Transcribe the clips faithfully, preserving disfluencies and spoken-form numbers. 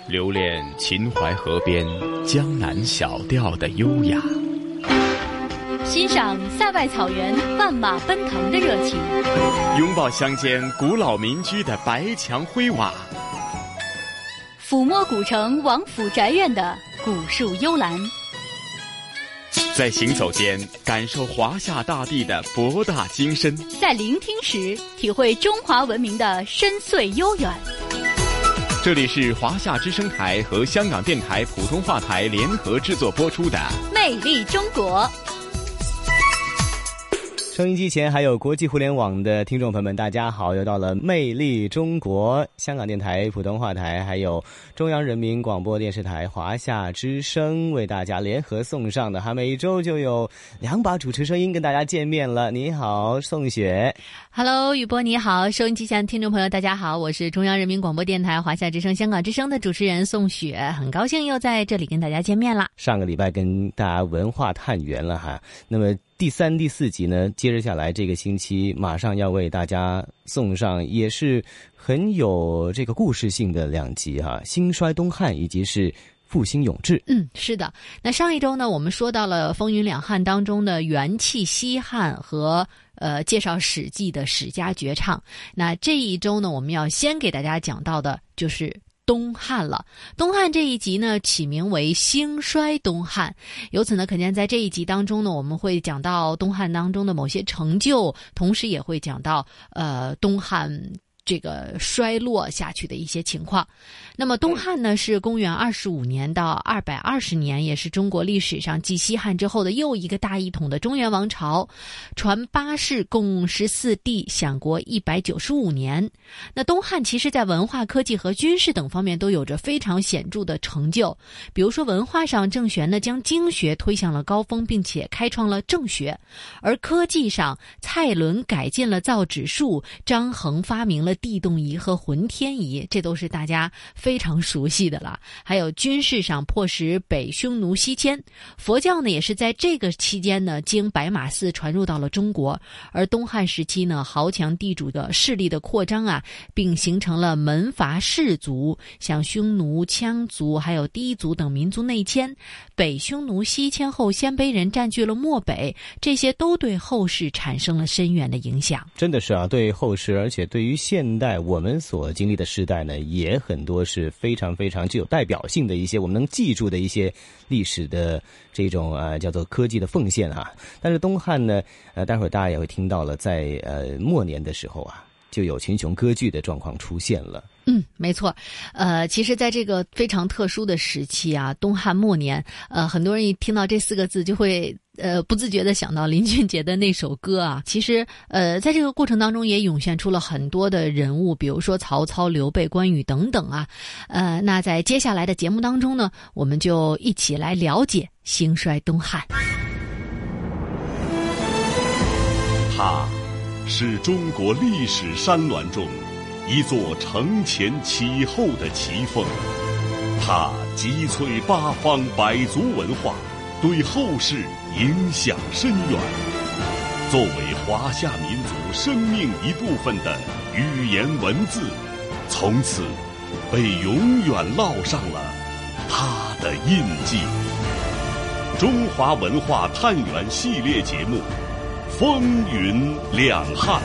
留恋秦淮河边江南小调的优雅， 欣赏塞外草原万马奔腾的热情， 拥抱乡间古老民居的白墙灰瓦， 抚摸古城王府宅院的古树幽兰， 在行走间感受华夏大地的博大精深， 在聆听时体会中华文明的深邃悠远。 这里是华夏之声台和香港电台普通话台联合制作播出的《 魅力中国》。 收音机前还有国际互联网的听众朋友们，大家好，又到了魅力中国，香港电台普通话台还有中央人民广播电视台华夏之声为大家联合送上的，还每一周就有两把主持声音跟大家见面了。你好，宋雪。 Hello， 雨波你好，收音机前听众朋友大家好，我是中央人民广播电台华夏之声香港之声的主持人宋雪，很高兴又在这里跟大家见面了。 上个礼拜跟大家文化探源了哈，那么第三、第四集呢，接着下来这个星期马上要为大家送上也是很有这个故事性的两集哈，兴衰东汉以及是复兴永志。 嗯，是的。那上一周呢，我们说到了风云两汉当中的元气西汉和呃介绍史记的史家绝唱。那这一周呢，我们要先给大家讲到的就是东汉了。东汉这一集呢，起名为兴衰东汉，由此呢可见在这一集当中呢，我们会讲到东汉当中的某些成就，同时也会讲到呃东汉这个衰落下去的一些情况。那么东汉呢是公元二十五年到二百二十年，也是中国历史上继西汉之后的又一个大一统的中原王朝，传八世共十四帝，享国一百九十五年。那东汉其实在文化、科技和军事等方面都有着非常显著的成就。比如说文化上，郑玄呢将经学推向了高峰，并且开创了正学；而科技上，蔡伦改进了造纸术，张衡发明了地动仪和浑天仪，这都是大家非常熟悉的了。还有军事上，迫使北匈奴西迁，佛教呢也是在这个期间呢经白马寺传入到了中国。而东汉时期呢，豪强地主的势力的扩张啊，并形成了门阀士族，像匈奴、羌族还有氐族等民族内迁。北匈奴西迁后，鲜卑人占据了漠北，这些都对后世产生了深远的影响。 真的是啊，对后世，而且对于现代我们所经历的时代呢，也很多是非常非常具有代表性的一些我们能记住的一些历史的这种呃叫做科技的奉献啊。但是东汉呢，呃，待会儿大家也会听到了，在呃末年的时候啊，就有群雄割据的状况出现了。 嗯，没错。呃，其实在这个非常特殊的时期啊，东汉末年，呃，很多人一听到这四个字就会呃不自觉地想到林俊杰的那首歌啊。其实呃在这个过程当中也涌现出了很多的人物，比如说曹操、刘备、关羽等等啊。呃那在接下来的节目当中呢，我们就一起来了解兴衰东汉。 它是中国历史山峦中一座承前启后的奇峰，它集萃八方百族文化，对后世影响深远。作为华夏民族生命一部分的语言文字，从此被永远烙上了它的印记。中华文化探源系列节目《风云两汉》。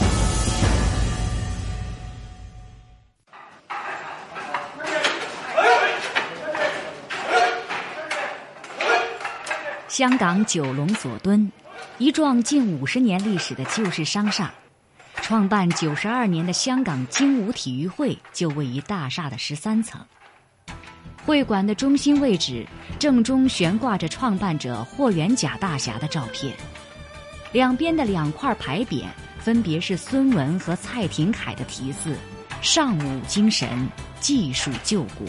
香港九龙佐敦，一幢近五十年历史的旧式商厦，创办九十二年的香港精武体育会就位于大厦的十三层。会馆的中心位置正中悬挂着创办者霍元甲大侠的照片，两边的两块牌匾分别是孙文和蔡廷锴的题字：尚武精神，技术救国。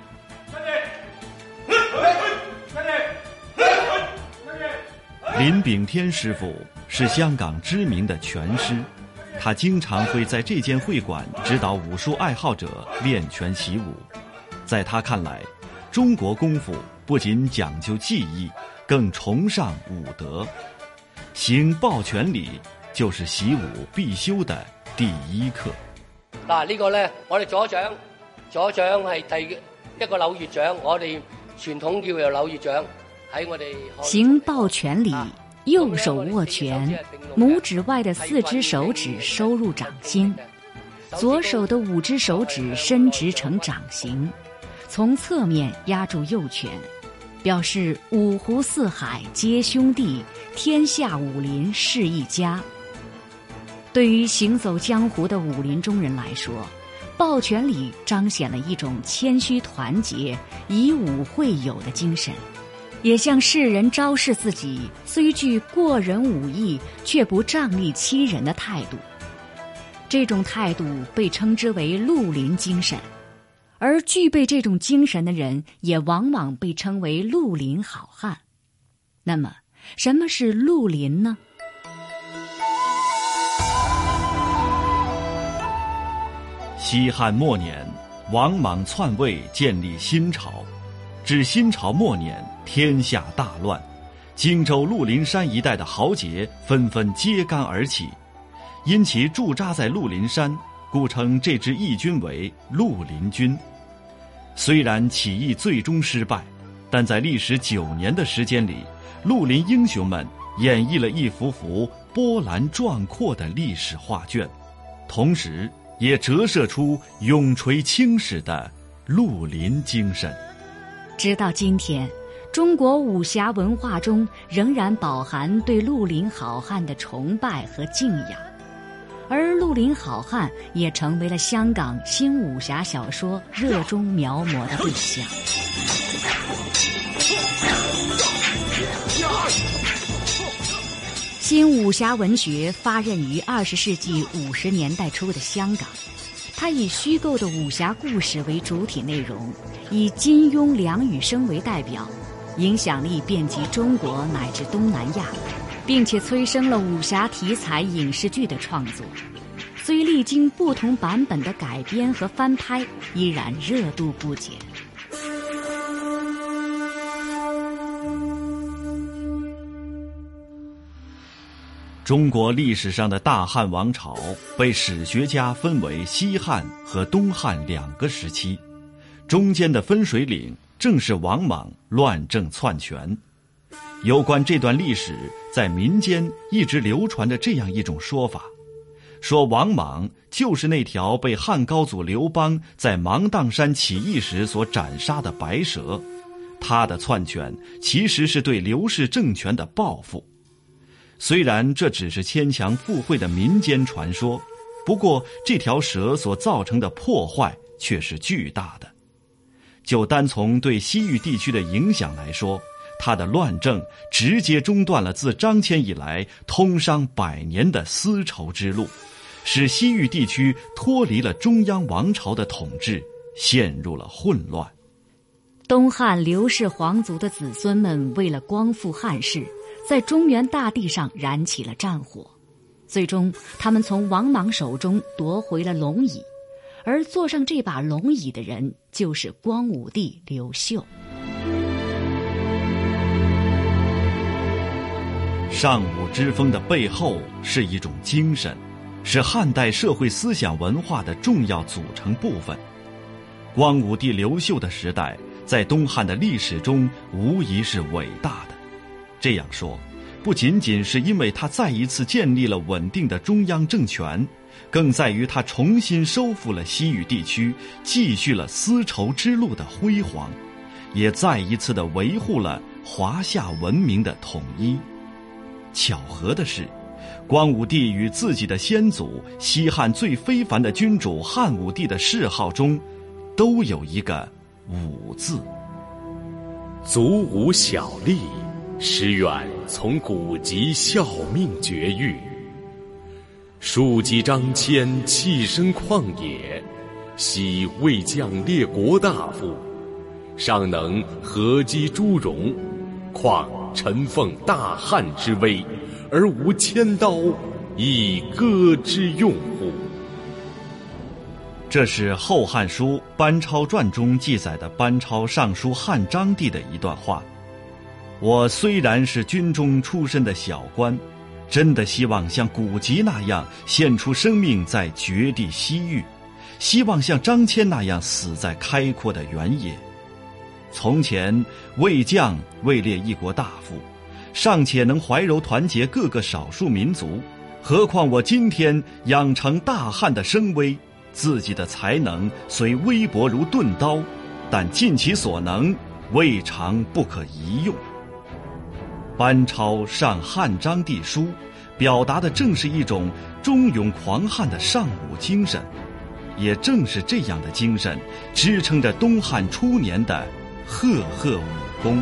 林炳天师傅是香港知名的拳师，他经常会在这间会馆指导武术爱好者练拳习武。在他看来，中国功夫不仅讲究技艺，更崇尚武德。行抱拳礼就是习武必修的第一课。 嗱，呢個咧，我哋左掌，左掌係第一個柳葉掌，我哋傳統叫做柳葉掌，喺我哋行抱拳禮，右手握拳，拇指外的四只手指收入掌心，左手的五只手指伸直成掌形，从侧面压住右拳，表示五湖四海皆兄弟，天下武林是一家。对于行走江湖的武林中人来说，抱拳礼彰显了一种谦虚团结、以武会友的精神，也向世人昭示自己虽具过人武艺，却不仗义欺人的态度。这种态度被称之为绿林精神，而具备这种精神的人也往往被称为绿林好汉。那么，什么是绿林呢？ 西汉末年，王莽篡位，建立新朝。至新朝末年，天下大乱，荆州鹿林山一带的豪杰纷纷揭竿而起。因其驻扎在鹿林山，故称这支义军为鹿林军。虽然起义最终失败，但在历时九年的时间里，鹿林英雄们演绎了一幅幅波澜壮阔的历史画卷，同时也折射出永垂青史的绿林精神。 直到今天，中国武侠文化中仍然饱含对绿林好汉的崇拜和敬仰，而绿林好汉也成为了香港新武侠小说热衷描摹的对象。新武侠文学发轫于二十世纪五十年代初的香港，它以虚构的武侠故事为主体内容，以金庸、梁羽生为代表，影响力遍及中国乃至东南亚，并且催生了武侠题材影视剧的创作。虽历经不同版本的改编和翻拍，依然热度不减。 中国历史上的大汉王朝被史学家分为西汉和东汉两个时期，中间的分水岭正是王莽乱政篡权。有关这段历史，在民间一直流传着这样一种说法，说王莽就是那条被汉高祖刘邦在芒砀山起义时所斩杀的白蛇，他的篡权其实是对刘氏政权的报复。虽然这只是牵强附会的民间传说，不过这条蛇所造成的破坏却是巨大的。就单从对西域地区的影响来说，他的乱政直接中断了自张骞以来通商百年的丝绸之路，使西域地区脱离了中央王朝的统治，陷入了混乱。 东汉刘氏皇族的子孙们为了光复汉室，在中原大地上燃起了战火，最终他们从王莽手中夺回了龙椅，而坐上这把龙椅的人就是光武帝刘秀。 尚武之风的背后是一种精神，是汉代社会思想文化的重要组成部分。光武帝刘秀的时代在东汉的历史中无疑是伟大的。这样说，不仅仅是因为他再一次建立了稳定的中央政权，更在于他重新收复了西域地区，继续了丝绸之路的辉煌，也再一次地维护了华夏文明的统一。巧合的是，光武帝与自己的先祖西汉最非凡的君主汉武帝的谥号中都有一个武字。 足无小利，实远从古籍效命绝育。庶几张骞弃身旷野，昔魏将列国大夫，尚能合击诸戎，况臣奉大汉之威，而无千刀以割之用乎？ 这是《后汉书·班超传》中记载的班超上书汉章帝的一段话。我虽然是军中出身的小官，真的希望像古籍那样献出生命在绝地西域，希望像张骞那样死在开阔的原野。 从前魏将位列一国大夫，尚且能怀柔团结各个少数民族，何况我今天养成大汉的声威，自己的才能虽微薄如钝刀，但尽其所能，未尝不可一用。班超上汉章帝书，表达的正是一种忠勇狂悍的尚武精神，也正是这样的精神支撑着东汉初年的赫赫武功。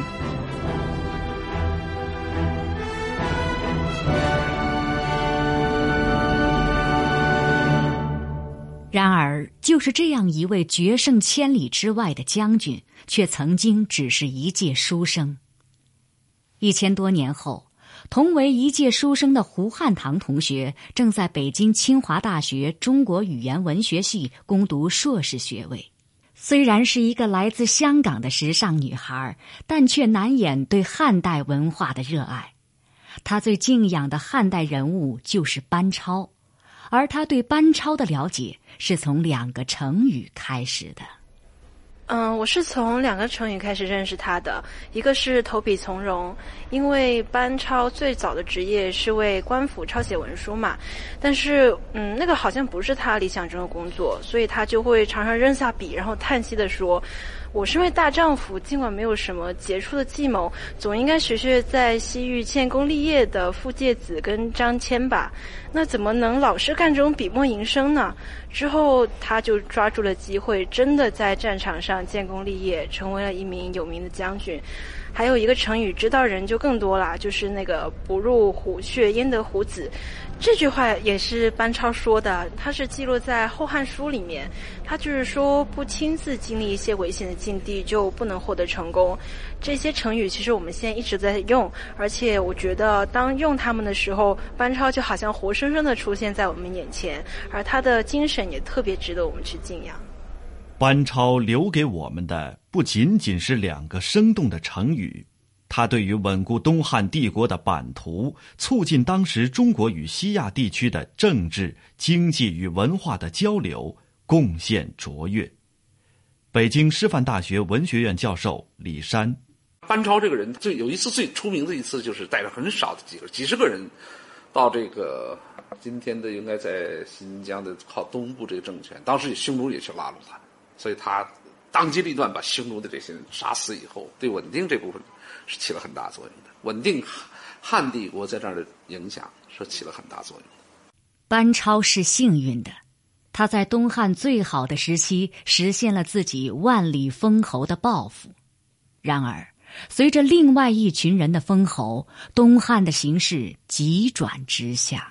然而，就是这样一位决胜千里之外的将军，却曾经只是一介书生。一千多年后，同为一届书生的胡汉堂同学正在北京清华大学中国语言文学系攻读硕士学位。虽然是一个来自香港的时尚女孩，但却难掩对汉代文化的热爱。她最敬仰的汉代人物就是班超，而她对班超的了解是从两个成语开始的。 嗯，我是从两个成语开始认识他的，一个是投笔从戎，因为班超最早的职业是为官府抄写文书嘛，但是嗯，那个好像不是他理想中的工作，所以他就会常常扔下笔，然后叹息地说，我身为大丈夫，尽管没有什么杰出的计谋，总应该学学在西域建功立业的傅介子跟张骞吧，那怎么能老是干这种笔墨营生呢？之后他就抓住了机会，真的在战场上建功立业，成为了一名有名的将军。还有一个成语知道人就更多啦，就是那个不入虎穴焉得虎子，这句话也是班超说的，他是记录在《后汉书》里面。他就是说，不亲自经历一些危险的境地，就不能获得成功。这些成语其实我们现在一直在用，而且我觉得当用他们的时候，班超就好像活生生的出现在我们眼前，而他的精神也特别值得我们去敬仰。 班超留给我们的不仅仅是两个生动的成语，他对于稳固东汉帝国的版图，促进当时中国与西亚地区的政治、经济与文化的交流，贡献卓越。北京师范大学文学院教授李山， 班超这个人最有一次最出名的一次，就是带着很少的几个几十个人到这个今天的应该在新疆的靠东部这个政权，当时匈奴也去拉拢他，所以他当机立断把匈奴的这些人杀死以后，对稳定这部分是起了很大作用的，稳定汉帝国在这儿的影响是起了很大作用的。 班超是幸运的，他在东汉最好的时期实现了自己万里封侯的抱负。然而，随着另外一群人的封侯，东汉的形势急转直下。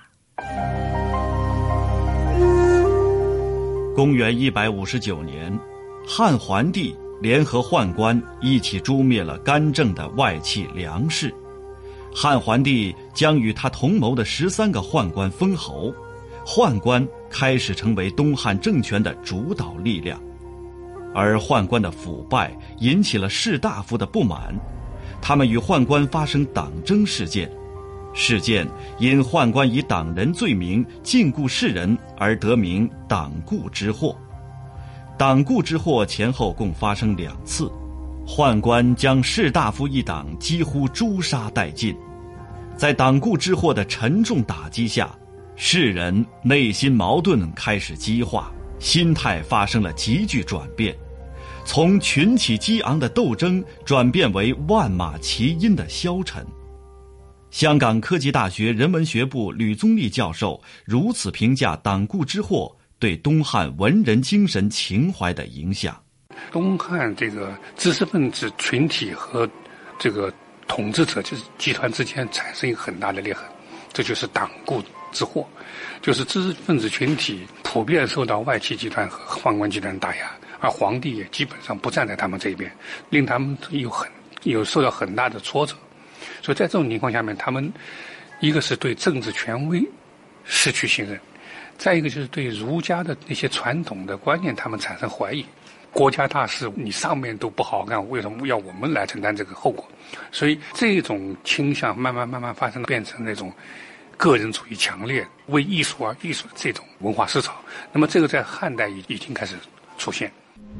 公元一百五十九年，汉桓帝联合宦官一起诛灭了干政的外戚梁氏。汉桓帝将与他同谋的十三个宦官封侯，宦官开始成为东汉政权的主导力量。而宦官的腐败引起了士大夫的不满，他们与宦官发生党争事件。事件因宦官以党人罪名禁锢士人而得名党锢之祸。党锢之祸前后共发生两次，宦官将士大夫一党几乎诛杀殆尽。在党锢之祸的沉重打击下，士人内心矛盾开始激化，心态发生了急剧转变，从群起激昂的斗争转变为万马齐喑的消沉。香港科技大学人文学部吕宗立教授如此评价党锢之祸对东汉文人精神情怀的影响。 东汉这个知识分子群体和这个统治者就是集团之间产生一个很大的裂痕，这就是党锢之祸，就是知识分子群体普遍受到外戚集团和宦官集团打压，而皇帝也基本上不站在他们这边，令他们有很有受到很大的挫折。所以在这种情况下面，他们一个是对政治权威失去信任，再一个就是对儒家的那些传统的观念他们产生怀疑。国家大事你上面都不好干，为什么要我们来承担这个后果？所以这种倾向慢慢慢慢发生，变成那种个人主义强烈、为艺术而艺术的这种文化思潮。那么这个在汉代已已经开始出现。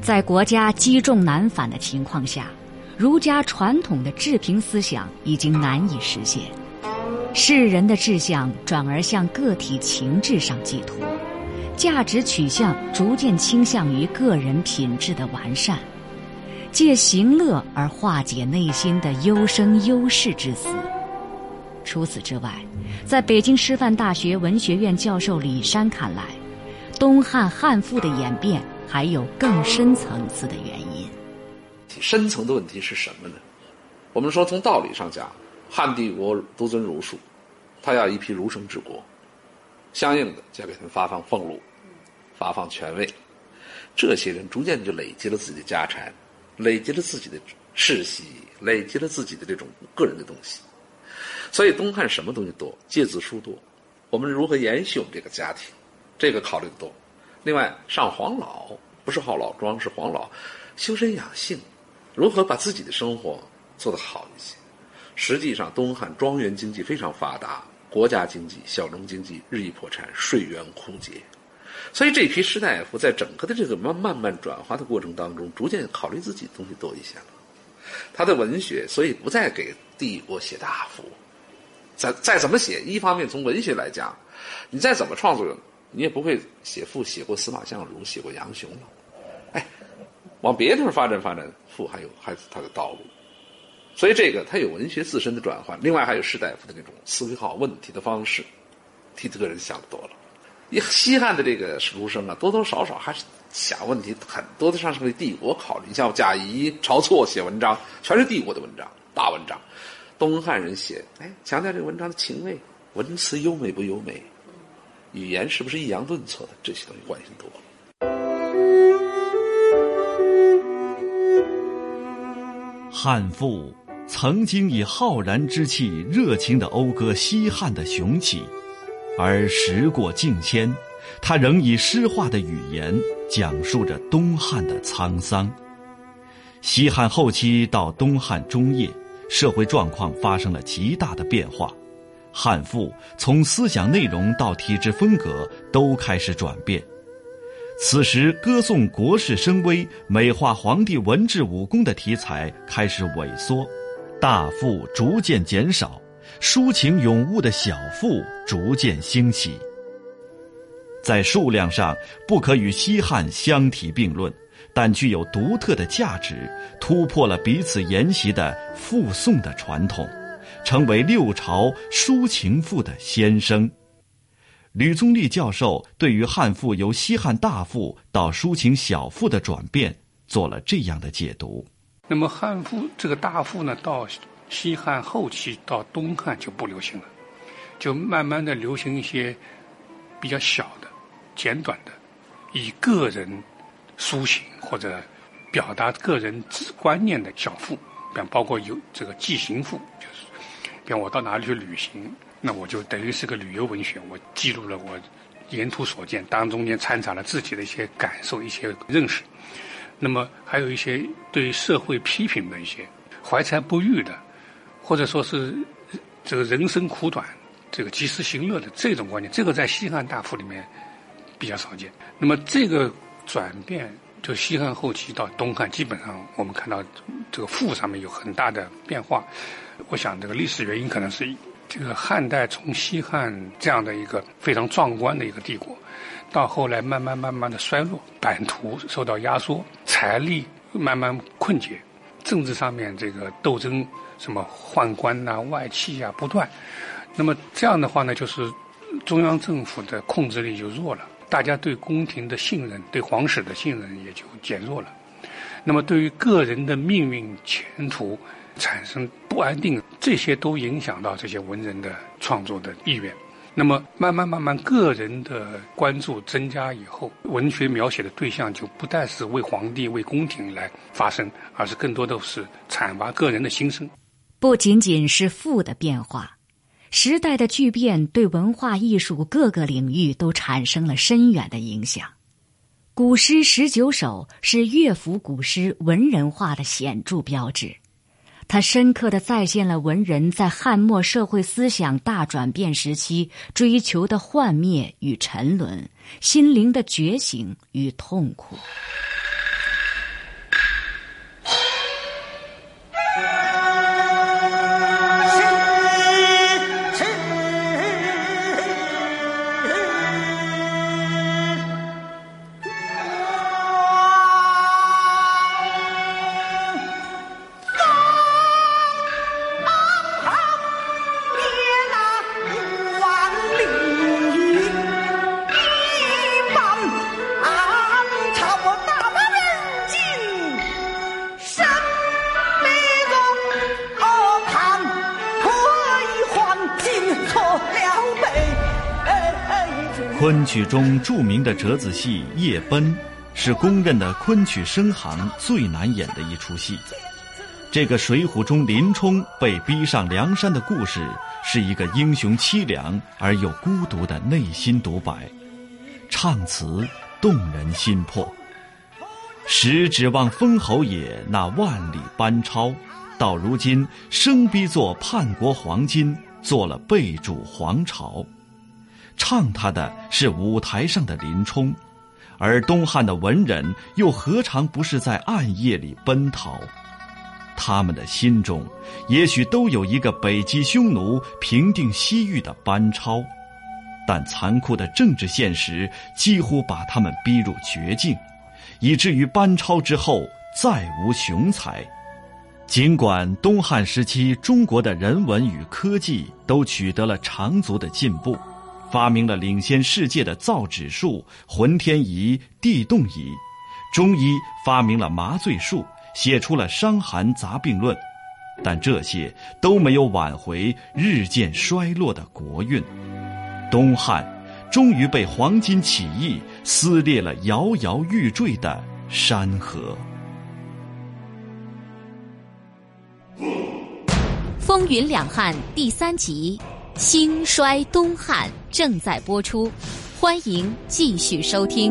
在国家积重难返的情况下，儒家传统的治平思想已经难以实现，世人的志向转而向个体情志上寄托，价值取向逐渐倾向于个人品质的完善，借行乐而化解内心的忧生忧世之思。除此之外，在北京师范大学文学院教授李山看来，东汉汉赋的演变还有更深层次的原因。 深层的问题是什么呢？我们说从道理上讲，汉帝国独尊儒术，他要一批儒生治国，相应的就要给他们发放俸禄，发放权位。这些人逐渐就累积了自己的家产，累积了自己的世袭，累积了自己的这种个人的东西。所以东汉什么东西多？借字书多，我们如何延续我们这个家庭，这个考虑的多。另外上黄老，不是好老庄，是黄老，修身养性，如何把自己的生活做得好一些。实际上东汉庄园经济非常发达，国家经济、小农经济日益破产，税源枯竭。所以这批士大夫在整个的这个慢慢慢转化的过程当中，逐渐考虑自己的东西多一些了。他的文学所以不再给帝国写大赋，再再怎么写，一方面从文学来讲，你再怎么创作，你也不会写赋写过司马相如，写过杨雄了。哎，往别的地方发展发展，赋还有还有它的道路。所以这个它有文学自身的转换，另外还有士大夫的那种思考问题的方式，替这个人想得多了。西汉的这个儒生啊，多多少少还是想问题很多的上是为帝国考虑。像贾谊、晁错写文章，全是帝国的文章，大文章。东汉人写，哎，强调这个文章的情味，文辞优美不优美，语言是不是抑扬顿挫的，这些东西关心多了。 汉赋曾经以浩然之气热情地讴歌西汉的雄起，而时过境迁，他仍以诗化的语言讲述着东汉的沧桑。西汉后期到东汉中叶，社会状况发生了极大的变化，汉赋从思想内容到体制风格都开始转变。此时歌颂国势声威、美化皇帝文治武功的题材开始萎缩，大赋逐渐减少，抒情咏物的小赋逐渐兴起。在数量上不可与西汉相提并论，但具有独特的价值，突破了彼此沿袭的赋颂的传统，成为六朝抒情赋的先声。吕宗立教授对于汉赋由西汉大赋到抒情小赋的转变做了这样的解读。 那么汉赋这个大赋呢，到西汉后期到东汉就不流行了，就慢慢的流行一些比较小的、简短的，以个人抒情或者表达个人观念的小赋，比方包括有这个记行赋，就是比方我到哪里去旅行，那我就等于是个旅游文学，我记录了我沿途所见，当中间掺杂了自己的一些感受、一些认识。那么还有一些对社会批评的一些怀才不遇的，或者说是这个人生苦短、这个及时行乐的这种观念，这个在西汉大赋里面比较少见。那么这个转变，就西汉后期到东汉，基本上我们看到这个赋上面有很大的变化。我想这个历史原因可能是这个汉代从西汉这样的一个非常壮观的一个帝国，到后来慢慢慢慢的衰落，版图受到压缩，财力慢慢困竭，政治上面这个斗争，什么宦官啊、外戚啊不断。那么这样的话呢，就是中央政府的控制力就弱了，大家对宫廷的信任、对皇室的信任也就减弱了。那么对于个人的命运前途产生不安定，这些都影响到这些文人的创作的意愿。那么慢慢慢慢个人的关注增加以后，文学描写的对象就不再是为皇帝为宫廷来发声，而是更多的是阐发个人的心声。 不仅仅是赋的变化，时代的巨变对文化艺术各个领域都产生了深远的影响。古诗十九首是乐府古诗文人化的显著标志，它深刻地再现了文人在汉末社会思想大转变时期追求的幻灭与沉沦，心灵的觉醒与痛苦。 昆曲中著名的折子戏《夜奔》是公认的昆曲生行最难演的一出戏。这个《水浒》中林冲被逼上梁山的故事，是一个英雄凄凉而又孤独的内心独白，唱词动人心魄。时指望封侯爷那万里班超，到如今生逼做叛国黄金，做了背主皇朝。唱他的是舞台上的林冲，而东汉的文人又何尝不是在暗夜里奔逃？他们的心中也许都有一个北击匈奴、平定西域的班超，但残酷的政治现实几乎把他们逼入绝境，以至于班超之后再无雄才。尽管东汉时期中国的人文与科技都取得了长足的进步，发明了领先世界的造纸术、浑天仪、地动仪，中医发明了麻醉术，写出了《伤寒杂病论》，但这些都没有挽回日渐衰落的国运。东汉终于被黄巾起义撕裂了摇摇欲坠的山河。 风云两汉第三集兴衰东汉正在播出，欢迎继续收听。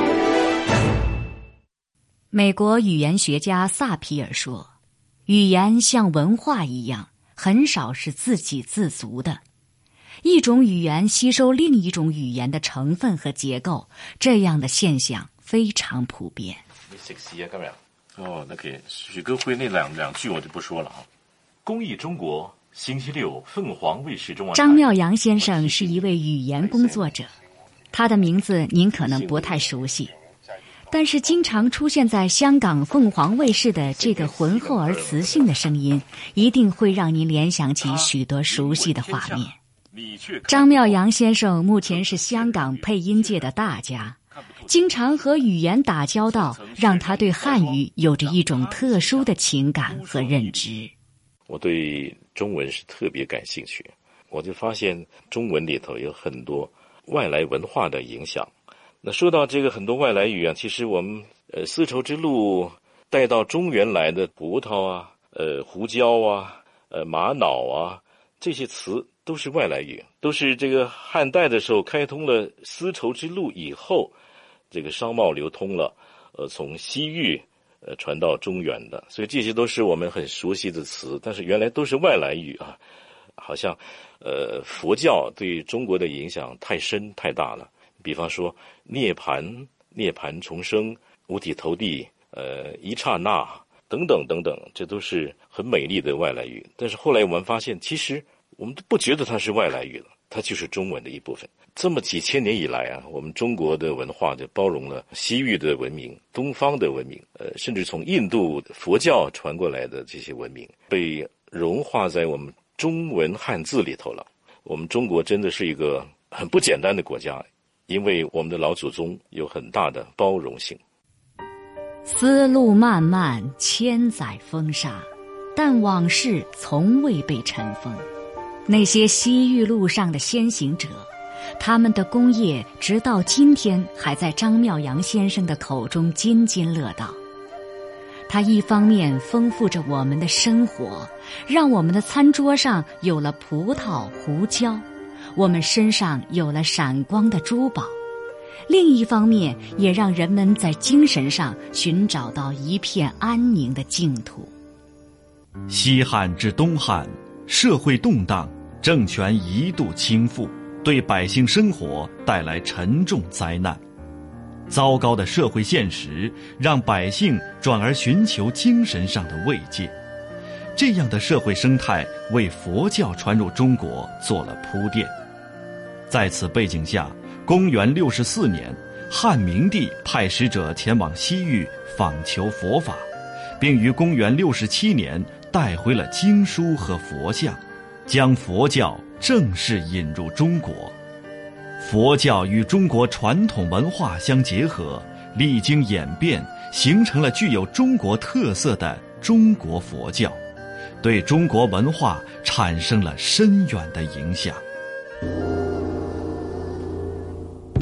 美国语言学家萨皮尔说，语言像文化一样，很少是自给自足的。一种语言吸收另一种语言的成分和结构，这样的现象非常普遍。 你食屎啊今日？哦，那个许戈辉那两两句我就不说了啊。公益中国星期六凤凰卫视中文台。 张妙阳先生是一位语言工作者，他的名字您可能不太熟悉，但是经常出现在香港凤凰卫视的这个浑厚而磁性的声音，一定会让您联想起许多熟悉的画面。张妙阳先生目前是香港配音界的大家，经常和语言打交道，让他对汉语有着一种特殊的情感和认知。 我对中文是特别感兴趣，我就发现中文里头有很多外来文化的影响。那说到这个很多外来语啊，其实我们呃丝绸之路带到中原来的葡萄啊、呃胡椒啊、呃玛瑙啊，这些词都是外来语，都是这个汉代的时候开通了丝绸之路以后，这个商贸流通了，呃从西域呃传到中原的，所以这些都是我们很熟悉的词，但是原来都是外来语啊。好像呃佛教对中国的影响太深太大了，比方说涅槃、涅槃重生、五体投地、呃一刹那等等等等，这都是很美丽的外来语。但是后来我们发现，其实我们都不觉得它是外来语了，它就是中文的一部分。这么几千年以来啊，我们中国的文化就包容了西域的文明、东方的文明，呃，甚至从印度佛教传过来的这些文明，被融化在我们中文汉字里头了。我们中国真的是一个很不简单的国家，因为我们的老祖宗有很大的包容性。 丝路漫漫，千载风沙，但往事从未被尘封。那些西域路上的先行者，他们的功业直到今天还在张妙阳先生的口中津津乐道。它一方面丰富着我们的生活，让我们的餐桌上有了葡萄、胡椒，我们身上有了闪光的珠宝；另一方面也让人们在精神上寻找到一片安宁的净土。 西汉至东汉，社会动荡，政权一度倾覆，对百姓生活带来沉重灾难。糟糕的社会现实让百姓转而寻求精神上的慰藉，这样的社会生态为佛教传入中国做了铺垫。在此背景下，公元六十四年，汉明帝派使者前往西域访求佛法，并于公元六十七年带回了经书和佛像，将佛教正式引入中国。佛教与中国传统文化相结合，历经演变，形成了具有中国特色的中国佛教，对中国文化产生了深远的影响。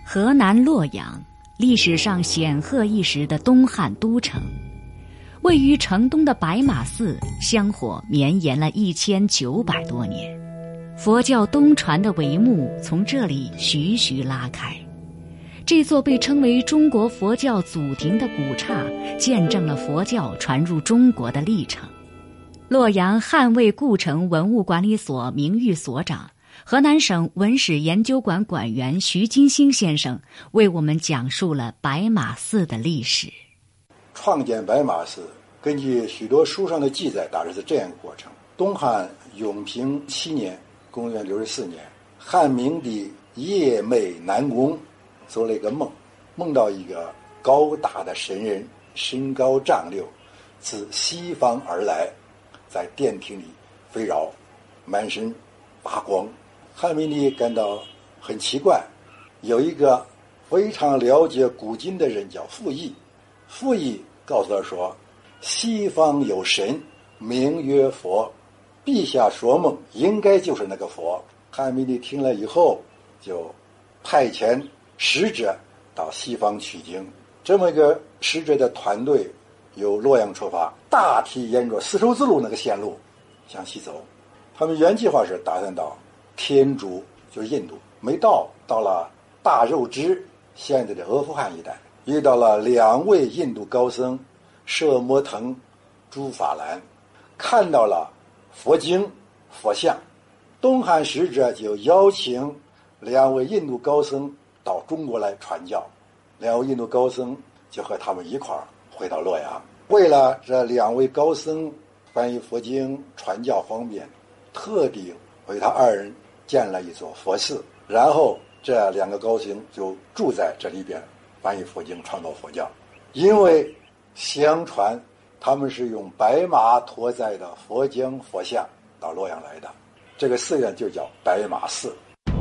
河南洛阳，历史上显赫一时的东汉都城，位于城东的白马寺香火绵延了一千九百多年，佛教东传的帷幕从这里徐徐拉开。这座被称为中国佛教祖庭的古刹，见证了佛教传入中国的历程。洛阳汉魏故城文物管理所名誉所长、河南省文史研究馆馆员徐金星先生为我们讲述了白马寺的历史。 创建白马寺，根据许多书上的记载，大致是这样一个过程：东汉永平七年，公元六十四年，汉明帝夜寐南宫，做了一个梦，梦到一个高大的神人，身高丈六，自西方而来，在殿厅里飞绕，满身发光。汉明帝感到很奇怪，有一个非常了解古今的人叫傅毅，傅毅告诉他说，西方有神，名曰佛，陛下说梦应该就是那个佛。汉明帝听了以后，就派遣使者到西方取经。这么一个使者的团队由洛阳出发，大体沿着丝绸之路那个线路向西走。他们原计划是打算到天竺，就是印度，没到，到了大肉支，现在的阿富汗一带，遇到了两位印度高僧摄摩腾、朱法兰，看到了佛经、佛像。东汉使者就邀请两位印度高僧到中国来传教，两位印度高僧就和他们一块儿回到洛阳。为了这两位高僧翻译佛经、传教方便，特地为他二人建了一座佛寺，然后这两个高僧就住在这里边翻译佛经、传播佛教。因为相传他们是用白马驮载的佛经、佛像到洛阳来的，这个寺院就叫白马寺。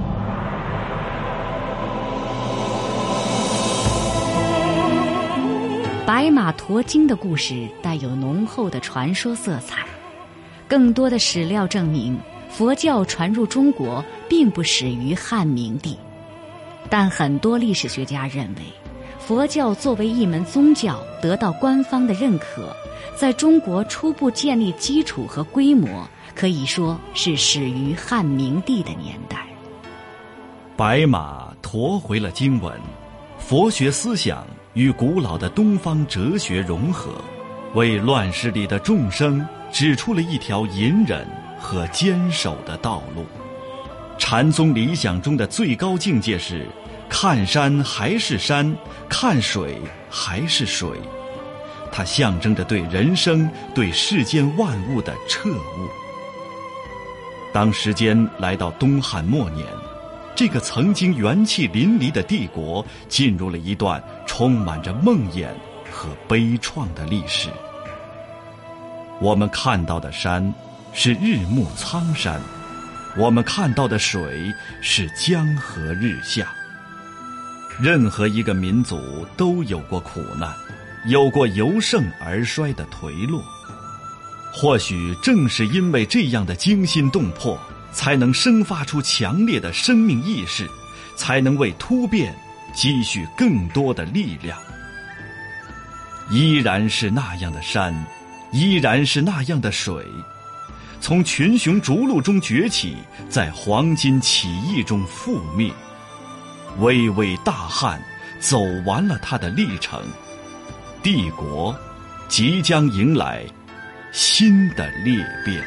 白马驮经的故事带有浓厚的传说色彩，更多的史料证明，佛教传入中国并不始于汉明帝。但很多历史学家认为，佛教作为一门宗教得到官方的认可，在中国初步建立基础和规模，可以说是始于汉明帝的年代。 白马驮回了经文，佛学思想与古老的东方哲学融合，为乱世里的众生指出了一条隐忍和坚守的道路。禅宗理想中的最高境界是看山还是山，看水还是水，它象征着对人生、对世间万物的彻悟。当时间来到东汉末年，这个曾经元气淋漓的帝国进入了一段充满着梦魇和悲怆的历史。我们看到的山是日暮苍山，我们看到的水是江河日下。任何一个民族都有过苦难，有过由盛而衰的颓落。或许正是因为这样的惊心动魄，才能生发出强烈的生命意识，才能为突变积蓄更多的力量。依然是那样的山，依然是那样的水，从群雄逐鹿中崛起，在黄巾起义中覆灭。巍巍大汉走完了他的历程，帝国即将迎来新的裂变。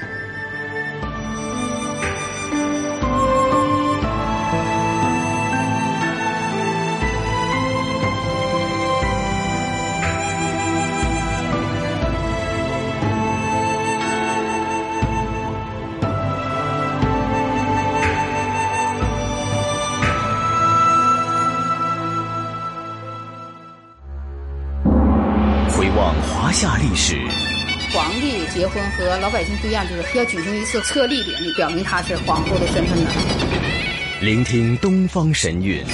华夏历史， 皇帝结婚和老百姓不一样，就是要举行一次册立典礼，表明他是皇后的身份的。 聆听东方神韵，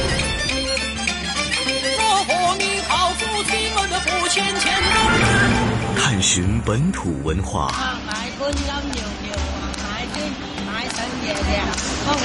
探寻本土文化，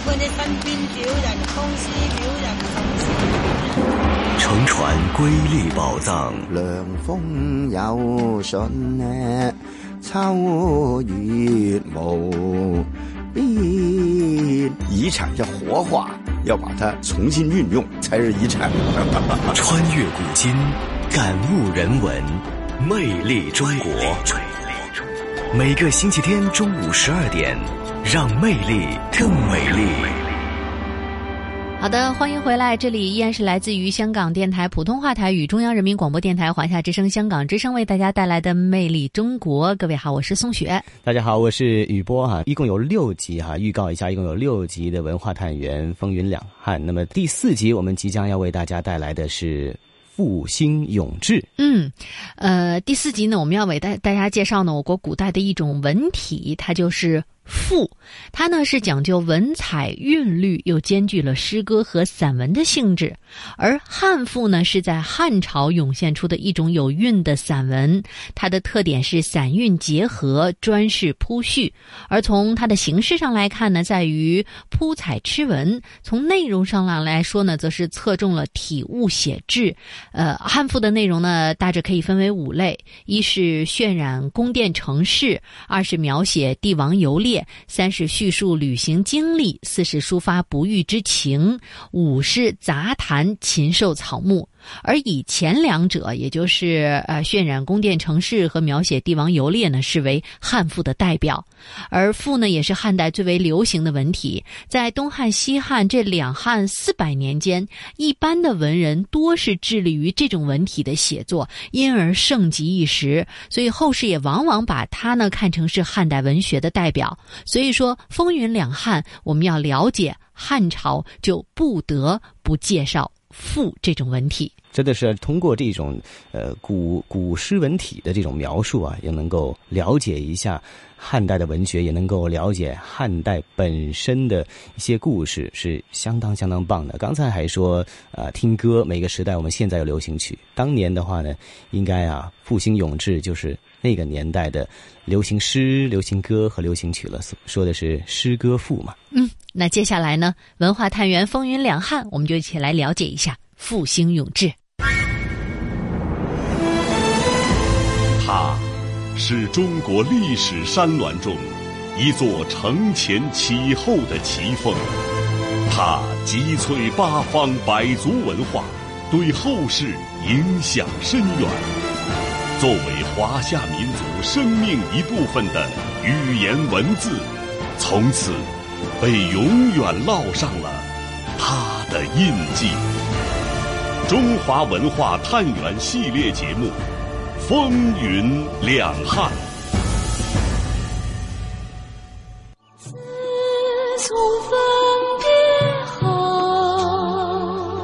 伴你身邊表人公司表人同事。 乘船瑰丽宝藏， 涼風有信呢，秋月無邊。遺產要活化，要把它重新運用，才是遺產。 穿越古今，感悟人文，魅力中國。每个星期天中午十二点，让魅力更美丽。 好的，欢迎回来，这里依然是来自于香港电台普通话台与中央人民广播电台华夏之声、香港之声为大家带来的魅力中国。各位好，我是宋雪。 大家好，我是雨波哈。一共有六集哈，预告一下，一共有六集的文化探源风云两汉。那么第四集我们即将要为大家带来的是复兴永志。 嗯，呃，第四集呢，我们要为大大家介绍呢，我国古代的一种文体，它就是赋。它呢是讲究文采韵律，又兼具了诗歌和散文的性质。而汉赋呢是在汉朝涌现出的一种有韵的散文，它的特点是散韵结合，专事铺叙。而从它的形式上来看呢，在于铺彩螭文；从内容上来说呢，则是侧重了体物写志。呃，汉赋的内容呢，大致可以分为五类：一是渲染宫殿城市，二是描写帝王游猎，三是叙述旅行经历，四是抒发不遇之情，五是杂谈禽兽草木。而以前两者，也就是呃渲染宫殿城市和描写帝王游猎呢，视为汉赋的代表。而赋呢，也是汉代最为流行的文体。在东汉、西汉这两汉四百年间，一般的文人多是致力于这种文体的写作，因而盛极一时。所以后世也往往把它呢看成是汉代文学的代表。所以说，风云两汉，我们要了解汉朝，就不得不介绍赋这种文体。 真的是通过这种呃古古诗文体的这种描述啊，也能够了解一下汉代的文学，也能够了解汉代本身的一些故事，是相当相当棒的。刚才还说呃听歌，每个时代我们现在有流行曲，当年的话呢，应该啊复兴永志就是那个年代的流行诗、流行歌和流行曲了，说的是诗歌赋嘛。 嗯，那接下来呢，文化探源风云两汉，我们就一起来了解一下复兴永志。 它是中国历史山峦中一座承前启后的奇峰，它集萃八方百族文化，对后世影响深远。作为华夏民族生命一部分的语言文字，从此被永远烙上了它的印记。中华文化探源系列节目《风云两汉》。 自从分别后，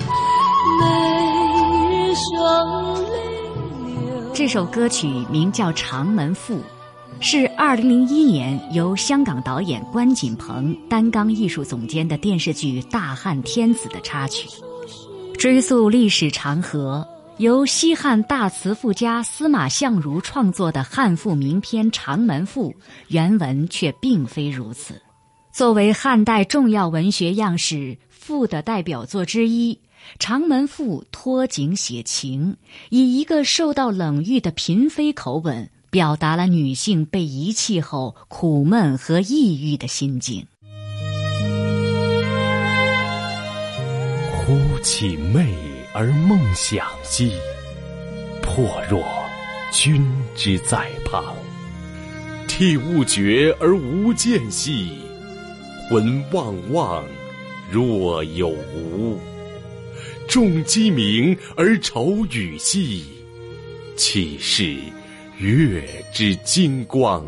每日双泪流。 这首歌曲名叫《长门赋》，是二零零一年由香港导演关锦鹏担纲艺术总监的电视剧《大汉天子》的插曲。追溯历史长河，由西汉大词赋家司马相如创作的汉赋名篇《长门赋》，原文却并非如此。作为汉代重要文学样式，赋的代表作之一，《长门赋》托景写情，以一个受到冷遇的嫔妃口吻，表达了女性被遗弃后苦闷和抑郁的心境。 忽起媚而梦想兮，魄若君之在旁。涕勿绝而无间兮，魂望望若有无。众鸡鸣而愁雨兮，岂是月之金光。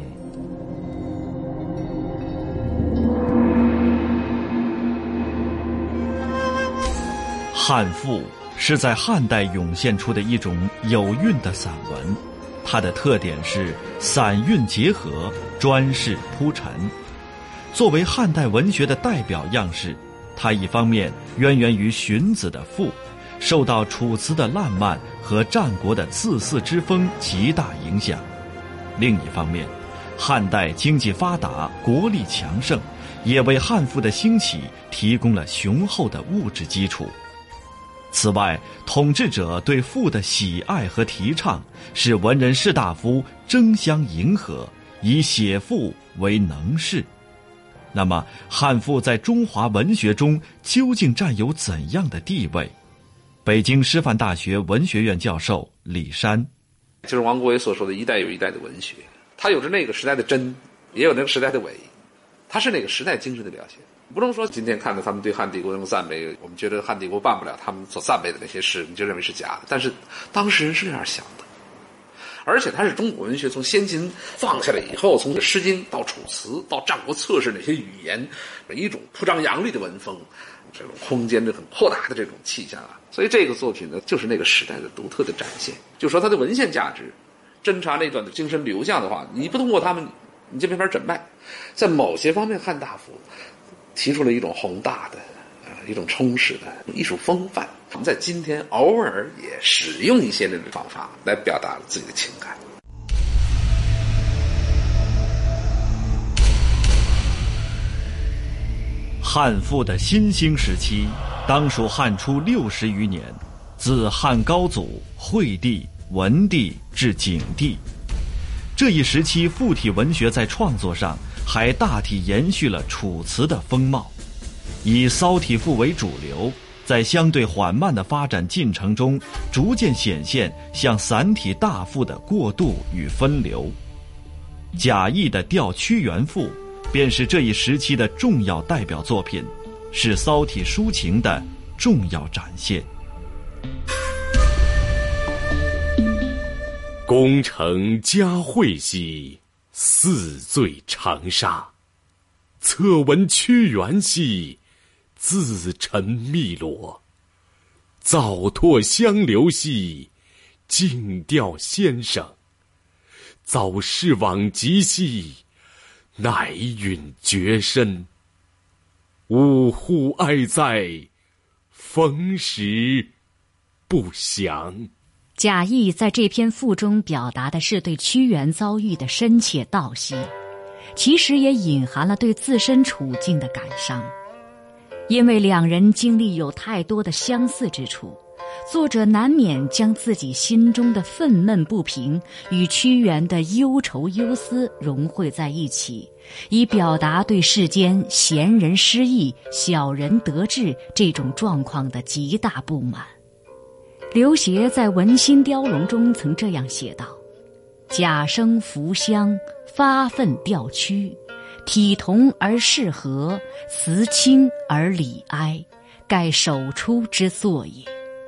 汉赋是在汉代涌现出的一种有韵的散文，它的特点是散韵结合，专事铺陈。作为汉代文学的代表样式，它一方面渊源于荀子的赋，受到楚辞的烂漫和战国的自肆之风极大影响；另一方面，汉代经济发达，国力强盛， 也为汉赋的兴起提供了雄厚的物质基础。此外，统治者对赋的喜爱和提倡，使文人士大夫争相迎合，以写赋为能事。那么，汉赋在中华文学中究竟占有怎样的地位？北京师范大学文学院教授李山， 就是王国维所说的一代有一代的文学，它有着那个时代的真，也有那个时代的伪，它是那个时代精神的表现。不能说今天看到他们对汉帝国那种赞美，我们觉得汉帝国办不了他们所赞美的那些事，你就认为是假的。但是当时人是这样想的，而且它是中国文学从先秦放下来以后，从《诗经》到《楚辞》到《战国策士》那些语言，一种铺张扬丽的文风，这种空间的很扩大的这种气象啊，所以这个作品呢，就是那个时代的独特的展现。就说它的文献价值，侦查那段的精神流向的话，你不通过他们，你就没法诊脉。在某些方面，汉大夫提出了一种宏大的、呃一种充实的艺术风范。我们在今天偶尔也使用一些那种方法来表达自己的情感。 汉赋的新兴时期，当属汉初六十余年，自汉高祖、惠帝、文帝至景帝。这一时期赋体文学在创作上还大体延续了楚辞的风貌，以骚体赋为主流，在相对缓慢的发展进程中，逐渐显现向散体大赋的过渡与分流。贾谊的《吊屈原赋》便是这一时期的重要代表作品，是骚体抒情的重要展现。 功成嘉惠兮，四醉长沙；侧闻屈原兮，自沉汨罗。早唾相留兮，静调先生；早逝往极兮，乃允绝身。呜呼哀哉，逢时不祥。 贾谊在这篇赋中表达的是对屈原遭遇的深切悼惜，其实也隐含了对自身处境的感伤。因为两人经历有太多的相似之处，作者难免将自己心中的愤懑不平与屈原的忧愁忧思融汇在一起，以表达对世间贤人失意、小人得志这种状况的极大不满。刘勰在《文心雕龙》中曾这样写道：贾生扶香，发愤吊屈，体同而适和，辞清而礼哀，盖首出之作也。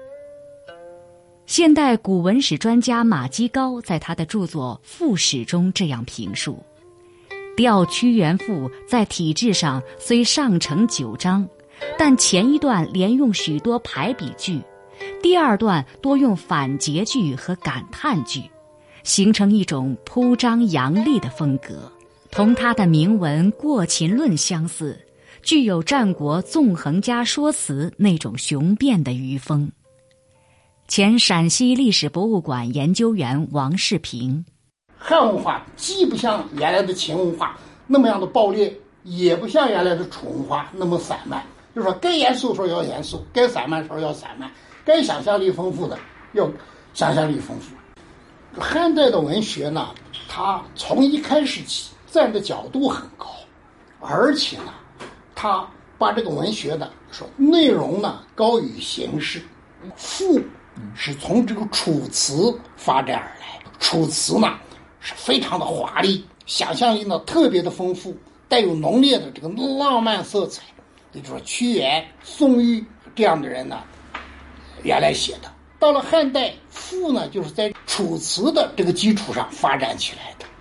现代古文史专家马基高在他的著作《赋史》中这样评述：吊屈原赋在体制上虽上承九章，但前一段连用许多排比句，第二段多用反诘句和感叹句，形成一种铺张扬丽的风格，同他的铭文《过秦论》相似，具有战国纵横家说辞那种雄辩的余风。前陕西历史博物馆研究员王世平： 汉文化既不像原来的秦文化那么样的暴烈，也不像原来的楚文化那么散漫，就是说该严肃的时候要严肃，该散漫的时候要散漫，该想象力丰富的要想象力丰富。汉代的文学呢，它从一开始起站的角度很高，而且呢，它把这个文学呢说内容呢高于形式。赋是从这个楚辞发展而来，楚辞呢是非常的华丽，想象力呢特别的丰富，带有浓烈的这个浪漫色彩。也就是说，屈原、宋玉这样的人呢，原来写的。到了汉代，赋呢就是在楚辞的这个基础上发展起来的。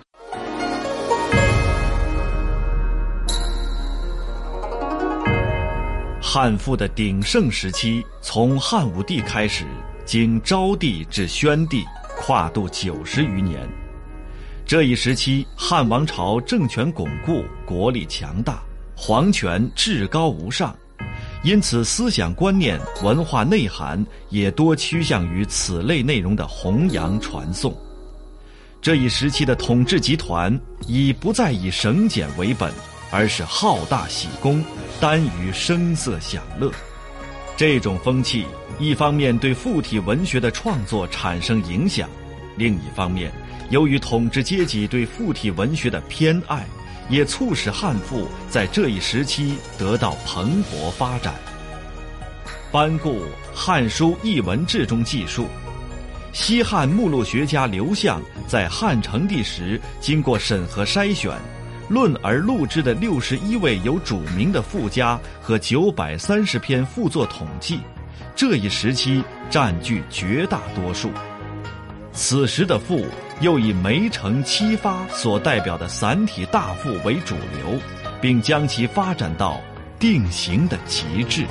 汉赋的鼎盛时期，从汉武帝开始，经昭帝至宣帝，跨度九十余年。这一时期，汉王朝政权巩固，国力强大，皇权至高无上，因此思想观念、文化内涵也多趋向于此类内容的弘扬传颂。这一时期的统治集团已不再以省俭为本， 而是好大喜功，耽于声色享乐。这种风气一方面对附体文学的创作产生影响，另一方面由于统治阶级对附体文学的偏爱，也促使汉赋在这一时期得到蓬勃发展。班固《汉书艺文志》中记述，西汉目录学家刘向在汉成帝时经过审核筛选，论而录制的六十一位有主名的赋家和九百三十篇赋作统计，这一时期占据绝大多数。此时的赋又以梅城七发所代表的散体大赋为主流，并将其发展到定型的极致。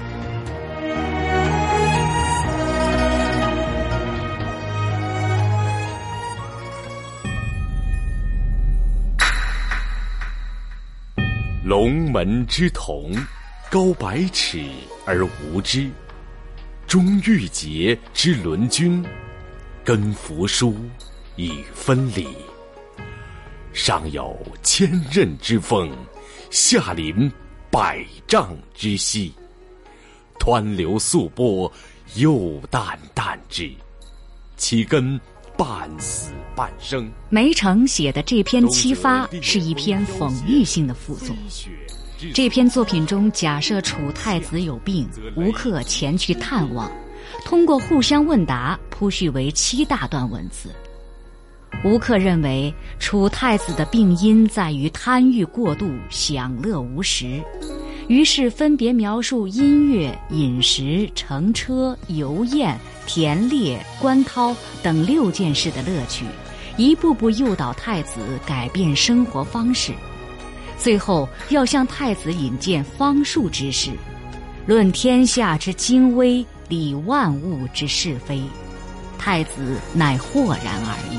龙门之瞳，高百尺而无之；钟玉洁之轮君，耕扶疏以分理。上有千仞之峰，下临百丈之溪。湍流素波，又淡淡之，其根半死半生。 梅城写的这篇七发是一篇讽喻性的赋作。这篇作品中假设楚太子有病，吴克前去探望，通过互相问答铺叙为七大段文字。吴克认为楚太子的病因在于贪欲过度，享乐无时，于是分别描述音乐、饮食、乘车、游宴、田猎、观涛等六件事的乐趣，一步步诱导太子改变生活方式。最后要向太子引荐方术之事，论天下之精微，理万物之是非。太子乃豁然而已。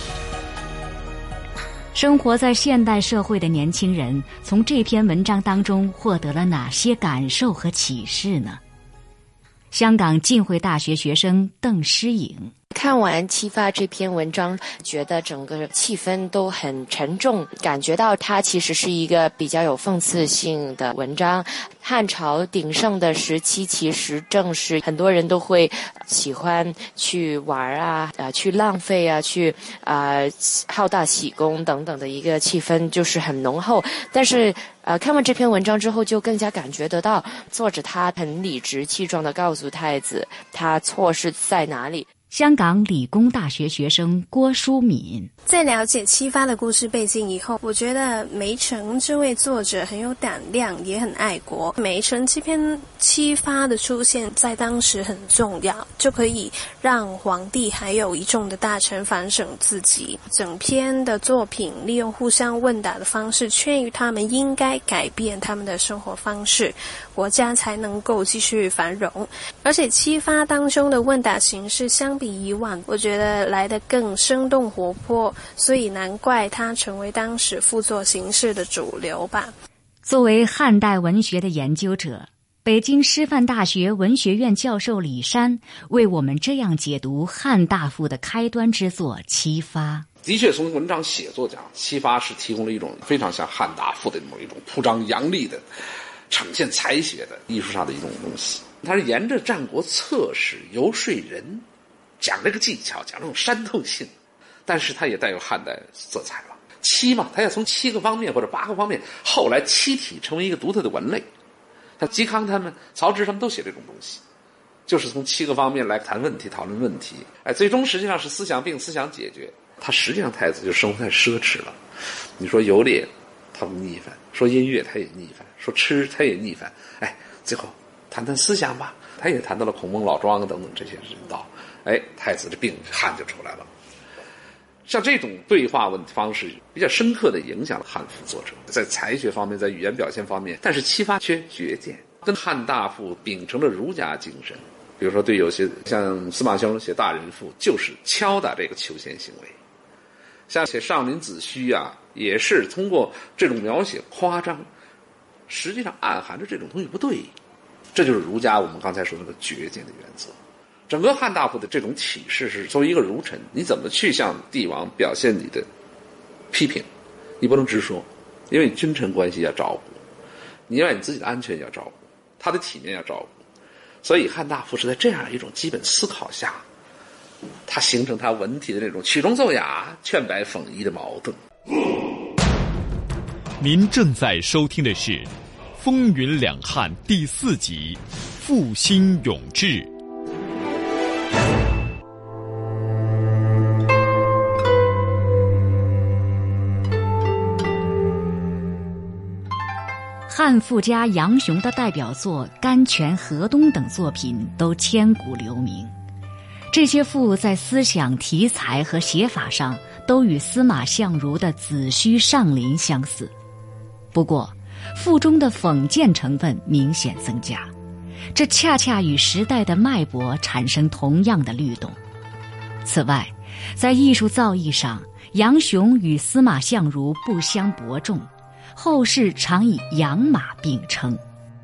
生活在现代社会的年轻人从这篇文章当中获得了哪些感受和启示呢？香港浸会大学学生邓诗颖看完七发这篇文章，觉得整个气氛都很沉重，感觉到它其实是一个比较有讽刺性的文章。汉朝鼎盛的时期，其实正是很多人都会喜欢去玩啊，呃，去浪费啊，去呃好大喜功等等的一个气氛，就是很浓厚。但是呃，看完这篇文章之后，就更加感觉得到，作者他很理直气壮地告诉太子，他错是在哪里。 香港理工大学学生郭淑敏在了解七发的故事背景以后，我觉得梅城这位作者很有胆量，也很爱国。梅城这篇七发的出现在当时很重要，就可以让皇帝还有一众的大臣反省自己。整篇的作品利用互相问答的方式，劝喻他们应该改变他们的生活方式，国家才能够继续繁荣。而且七发当中的问答形式相比以往，我觉得来得更生动活泼，所以难怪它成为当时赋作形式的主流吧。 作为汉代文学的研究者，北京师范大学文学院教授李山为我们这样解读汉大赋的开端之作《七发》。 的确，从文章写作讲，《七发》是提供了一种非常像汉大赋的某一种铺张扬力的、呈现才学的艺术上的一种东西。它是沿着战国策史游说人，讲这个技巧，讲这种煽透性，但是它也带有汉代色彩了。七嘛，它要从七个方面或者八个方面，后来七体成为一个独特的文类。像嵇康他们、曹植他们都写这种东西，就是从七个方面来谈问题、讨论问题。哎，最终实际上是思想病、思想解决。他实际上太子就生活太奢侈了。你说游猎，他不腻烦；说音乐，他也腻烦；说吃，他也腻烦。哎，最后谈谈思想吧，他也谈到了孔孟老庄等等这些人道。哎，太子的病汗就出来了。像这种对话问方式比较深刻地影响了汉赋作者，在才学方面，在语言表现方面，但是七发缺绝见，跟汉大赋秉承了儒家精神。比如说对有些像司马兄写大人赋，就是敲打这个求贤行为，像写上林子虚啊，也是通过这种描写夸张，实际上暗含着这种东西不对。这就是儒家我们刚才说那个绝见的原则。整个汉大赋的这种启示是，作为一个儒臣，你怎么去向帝王表现你的批评？你不能直说， 因为君臣关系要照顾，你要你自己的安全要照顾，他的体面要照顾。所以汉大夫是在这样一种基本思考下，他形成他文体的那种曲中奏雅、劝白讽夷的矛盾。 您正在收听的是《风云两汉》第四集《复兴永志》。 汉赋家杨雄的代表作《甘泉河东》等作品都千古留名。这些赋在思想、题材和写法上都与司马相如的《子虚上林》相似。不过，赋中的讽谏成分明显增加，这恰恰与时代的脉搏产生同样的律动。此外，在艺术造诣上，杨雄与司马相如不相伯仲，后世常以杨马并称。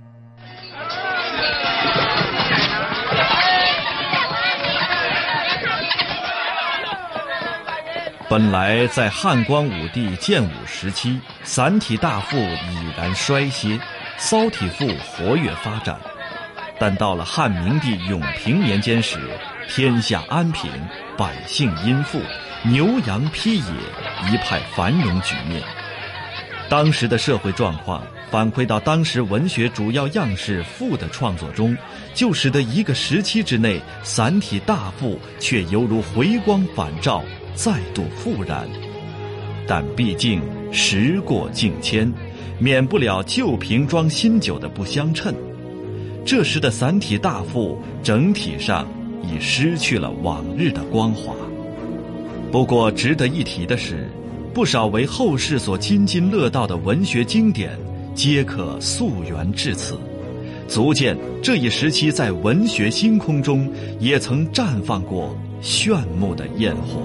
本来在汉光武帝建武时期，散体大赋已然衰歇，骚体赋活跃发展。但到了汉明帝永平年间时，天下安平，百姓殷富，牛羊披野，一派繁荣局面。当时的社会状况反馈到当时文学主要样式赋的创作中，就使得一个时期之内，散体大赋却犹如回光返照，再度复燃。但毕竟时过境迁，免不了旧瓶装新酒的不相称。这时的散体大赋整体上已失去了往日的光华。不过值得一提的是，不少为后世所津津乐道的文学经典皆可溯源至此，足见这一时期在文学星空中也曾绽放过炫目的焰火。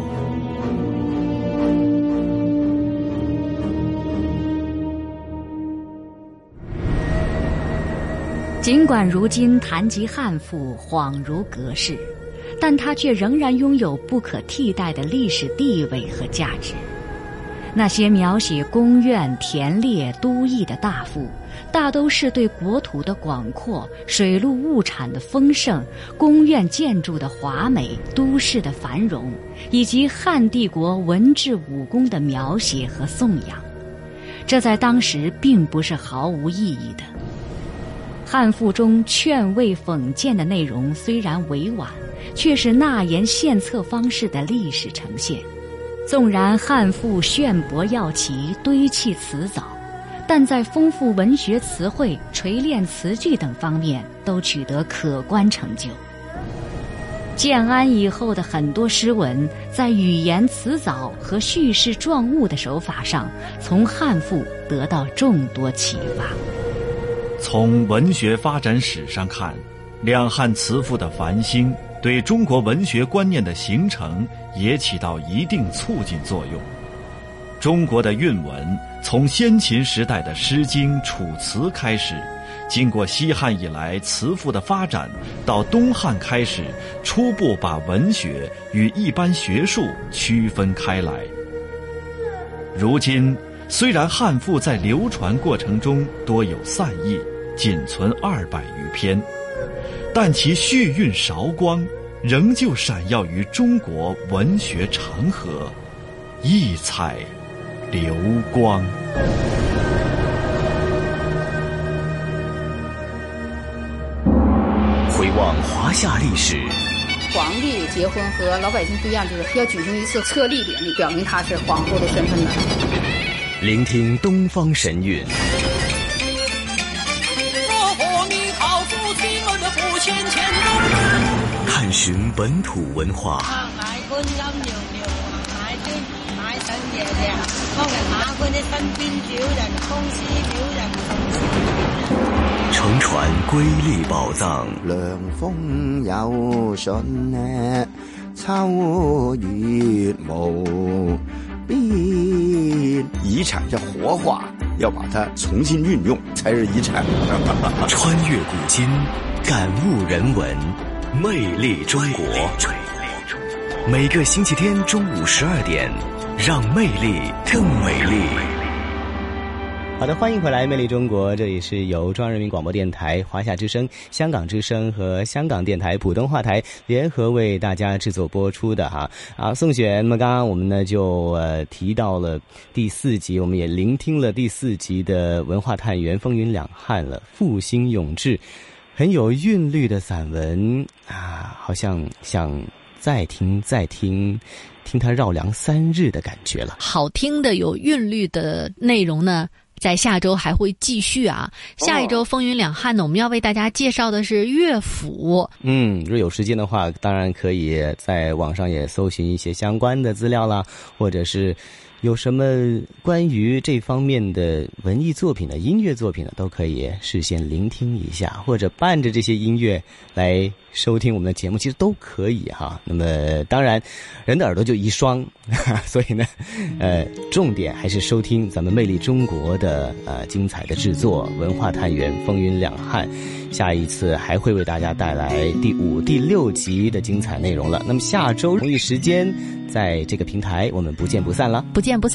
尽管如今谈及汉赋恍如隔世，但它却仍然拥有不可替代的历史地位和价值。那些描写宫苑、田猎、都邑的大赋，大都是对国土的广阔、水陆物产的丰盛、宫苑建筑的华美、都市的繁荣，以及汉帝国文治武功的描写和颂扬。这在当时并不是毫无意义的。汉赋中劝慰讽谏的内容虽然委婉，却是纳言献策方式的历史呈现。纵然汉赋炫博耀奇，堆砌辞藻，但在丰富文学词汇、锤炼词句等方面都取得可观成就。建安以后的很多诗文，在语言辞藻和叙事状物的手法上，从汉赋得到众多启发。 从文学发展史上看，两汉词赋的繁兴对中国文学观念的形成也起到一定促进作用。中国的韵文从先秦时代的《诗经》《楚辞》开始，经过西汉以来词赋的发展，到东汉开始初步把文学与一般学术区分开来。如今虽然汉赋在流传过程中多有散佚，仅存二百余篇，但其序韵韶光仍旧闪耀于中国文学长河，异彩流光。 回望华夏历史， 皇帝结婚和老百姓不一样，就是要举行一次册立典礼，表明他是皇后的身份的。 聆听东方神韵，探寻本土文化，乘船瑰丽宝藏。 涼風有信呢，秋月無邊。遺產要活化，要把它重新運用，才是遺產。 穿越古今，感悟人文，魅力中國。每个星期天中午十二点，让魅力更美丽。 好的，欢迎回来，魅力中国，这里是由中央人民广播电台、华夏之声、香港之声和香港电台普通话台联合为大家制作播出的哈啊，宋雪。那么刚刚我们呢就呃提到了第四集，我们也聆听了第四集的文化探源风云两汉了，复兴永志，很有韵律的散文啊，好像想再听再听。听它绕梁三日的感觉了。好听的有韵律的内容呢，在下周还会继续啊。下一周风云两汉呢，我们要为大家介绍的是乐府。嗯，如果有时间的话，当然可以在网上也搜寻一些相关的资料啦，或者是有什么关于这方面的文艺作品的音乐作品呢，都可以事先聆听一下，或者伴着这些音乐来收听我们的节目，其实都可以哈。那么当然人的耳朵就一双，所以呢呃重点还是收听咱们魅力中国的呃精彩的制作，文化探源风云两汉。下一次还会为大家带来第五第六集的精彩内容了。那么下周同一时间在这个平台我们不见不散了。不见